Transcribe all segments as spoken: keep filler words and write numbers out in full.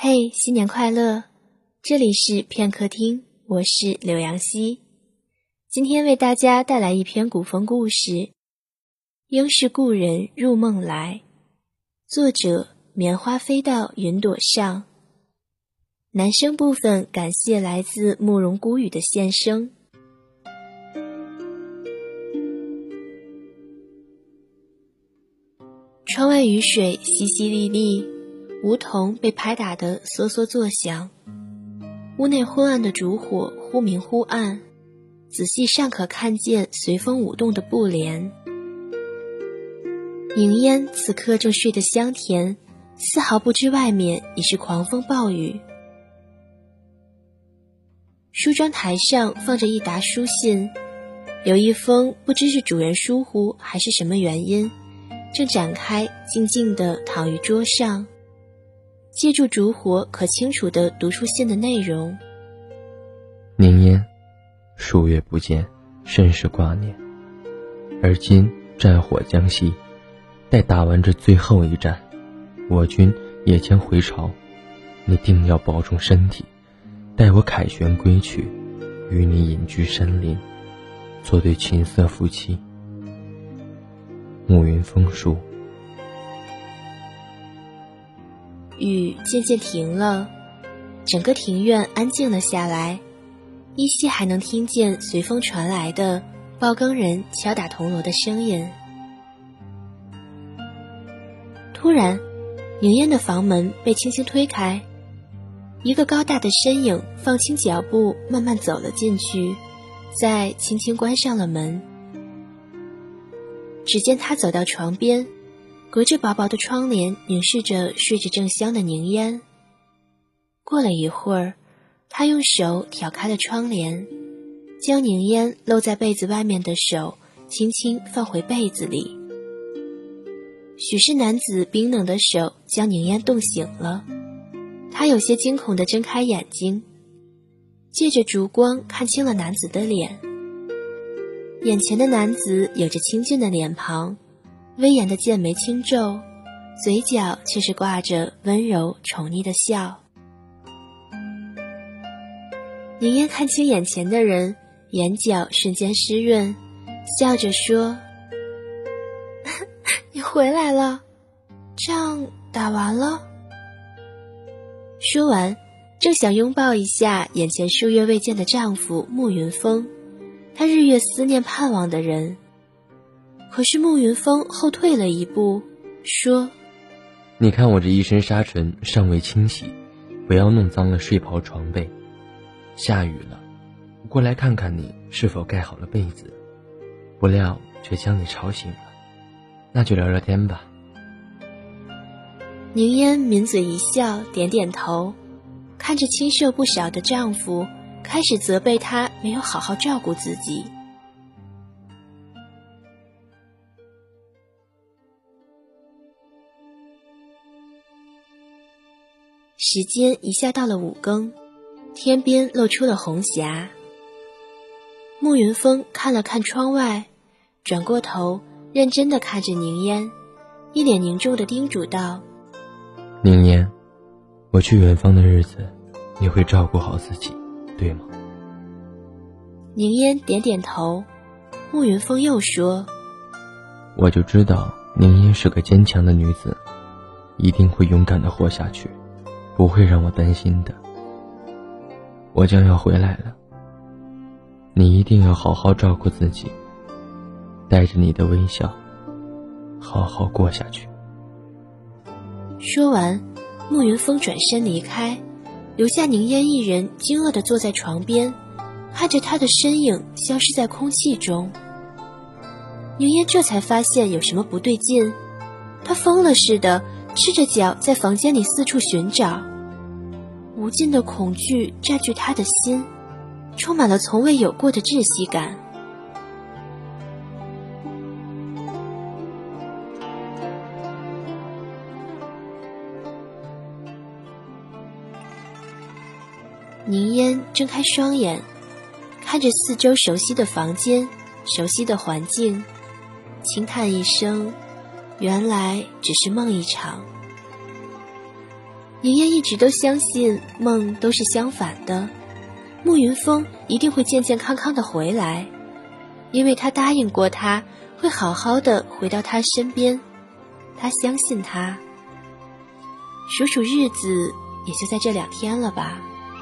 嘿，新年快乐！这里是片刻听，我是柳阳溪。今天为大家带来一篇古风故事《应是故人入梦来》，作者棉花飞到云朵上。男声部分感谢来自慕容孤语的献声。窗外雨水淅淅沥沥，梧桐被拍打得嗦嗦作响，屋内昏暗的烛火忽明忽暗，仔细尚可看见随风舞动的布帘。宁烟此刻正睡得香甜，丝毫不知外面已是狂风暴雨。梳妆台上放着一沓书信，有一封不知是主人疏忽还是什么原因，正展开静静地躺于桌上，借助烛火可清楚地读出信的内容。 宁烟，数月不见，甚是挂念。而今战火将息，待打完这最后一战，我军也将回朝，你定要保重身体，待我凯旋归去，与你隐居山林，做对琴瑟夫妻。暮云风书。 雨渐渐停了，整个庭院安静了下来，依稀还能听见随风传来的报更人敲打铜锣的声音。突然，宁烟的房门被轻轻推开，一个高大的身影放轻脚步慢慢走了进去，再轻轻关上了门。只见他走到床边，隔着薄薄的窗帘凝视着睡着正香的宁烟。过了一会儿，他用手挑开了窗帘，将宁烟露在被子外面的手轻轻放回被子里。许是男子冰冷的手将宁烟冻醒了，他有些惊恐地睁开眼睛，借着烛光看清了男子的脸。眼前的男子有着清俊的脸庞，威严的剑眉轻皱，嘴角却是挂着温柔宠溺的笑。宁烟看清眼前的人，眼角瞬间湿润，笑着说：你回来了，仗打完了？说完，正想拥抱一下眼前数月未见的丈夫慕云峰，他日月思念盼望的人。可是慕云峰后退了一步，说： 你看我这一身纱唇尚未清洗，不要弄脏了睡袍床被。下雨了，我过来看看你是否盖好了被子，不料却将你吵醒了，那就聊聊天吧。 宁烟抿嘴一笑，点点头，看着清瘦不少的丈夫，开始责备他没有好好照顾自己。时间一下到了五更，天边露出了红霞。慕云峰看了看窗外，转过头认真地看着宁烟，一脸凝重地叮嘱道： 宁烟，我去远方的日子，你会照顾好自己，对吗？ 宁烟点点头。慕云峰又说： 我就知道宁烟是个坚强的女子，一定会勇敢地活下去，不会让我担心的。我将要回来了，你一定要好好照顾自己，带着你的微笑好好过下去。 说完，慕云峰转身离开，留下宁烟一人惊愕地坐在床边，看着他的身影消失在空气中。宁烟这才发现有什么不对劲，他疯了似的赤着脚在房间里四处寻找，无尽的恐惧占据他的心，充满了从未有过的窒息感。宁烟睁开双眼，看着四周熟悉的房间，熟悉的环境，轻叹一声，原来只是梦一场。 宁燕一直都相信梦都是相反的，慕云峰一定会健健康康的回来，因为他答应过他会好好的回到他身边，他相信他。数数日子，也就在这两天了吧。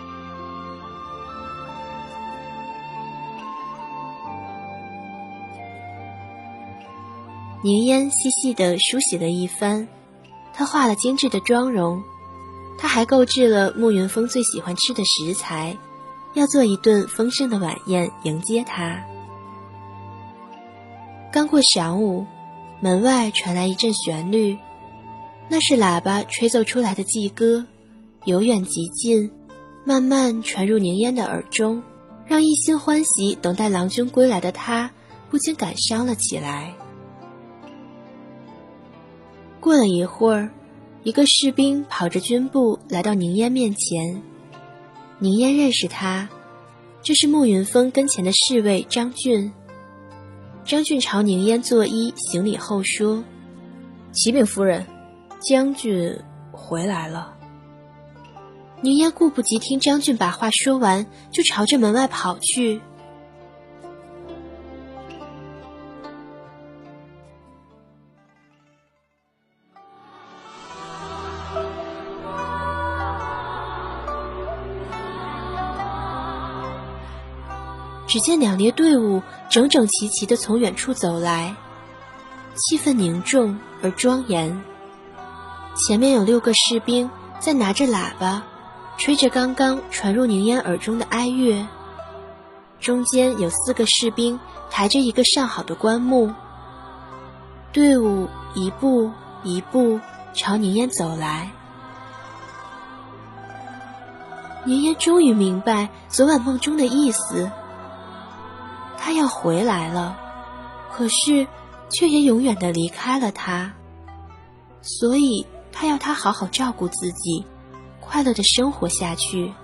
宁烟细细地梳洗了一番，她化了精致的妆容，她还购置了慕云峰最喜欢吃的食材，要做一顿丰盛的晚宴迎接他。刚过晌午，门外传来一阵旋律，那是喇叭吹奏出来的祭歌，由远及近，慢慢传入宁烟的耳中，让一心欢喜等待郎君归来的他不禁感伤了起来。过了一会儿，一个士兵跑着军步来到宁烟面前。宁烟认识他，这是慕云峰跟前的侍卫张俊。张俊朝宁烟作揖行礼后说：“启禀夫人，将军回来了。”宁烟顾不及听张俊把话说完，就朝着门外跑去。只见两列队伍整整齐齐地从远处走来，气氛凝重而庄严。前面有六个士兵在拿着喇叭，吹着刚刚传入宁烟耳中的哀乐。中间有四个士兵抬着一个上好的棺木，队伍一步一步朝宁烟走来。宁烟终于明白昨晚梦中的意思，他要回来了，可是却也永远地离开了他，所以他要他好好照顾自己，快乐地生活下去。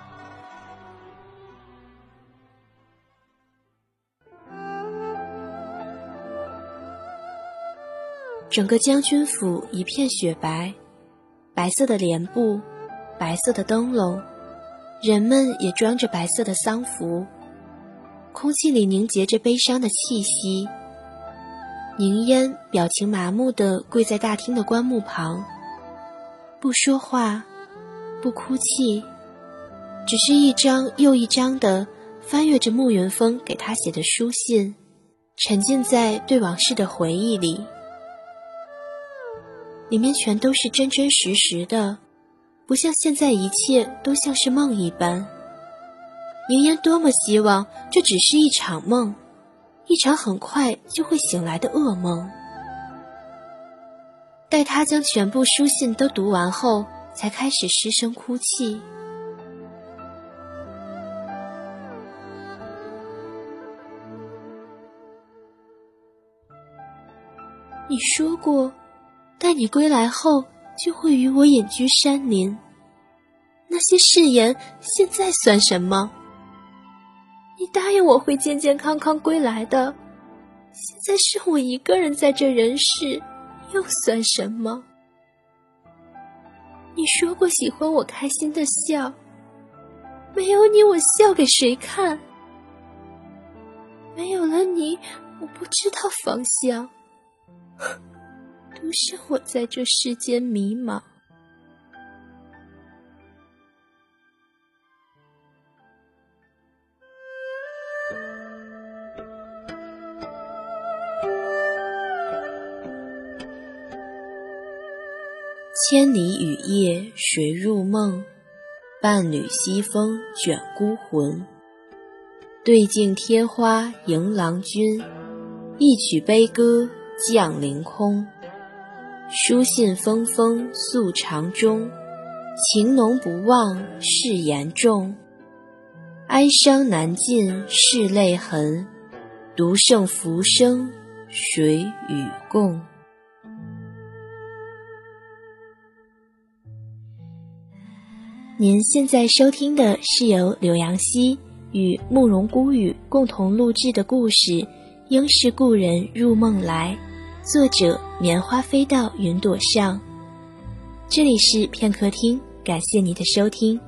整个将军府一片雪白，白色的帘布，白色的灯笼，人们也装着白色的丧服，空气里凝结着悲伤的气息。宁烟表情麻木地跪在大厅的棺木旁，不说话，不哭泣，只是一张又一张地翻阅着慕云峰给他写的书信，沉浸在对往事的回忆里。里面全都是真真实实的，不像现在一切都像是梦一般。宁烟多么希望这只是一场梦，一场很快就会醒来的噩梦。待他将全部书信都读完后，才开始失声哭泣。你说过，待你归来后就会与我隐居山林，那些誓言现在算什么？你答应我会健健康康归来的，现在剩我一个人在这人世，又算什么？你说过喜欢我开心的笑，没有你我笑给谁看？没有了你，我不知道方向，独剩我在这世间迷茫。千里雨夜谁入梦？半缕西风卷孤魂。对镜贴花迎郎君，一曲悲歌降凌空。书信封封诉长终，情浓不忘誓言重。哀伤难尽是泪痕，独剩浮生谁与共？您现在收听的是由柳阳溪与慕容孤语共同录制的故事《应是故人入梦来》，作者棉花飞到云朵上。这里是片刻听， 感谢你的收听。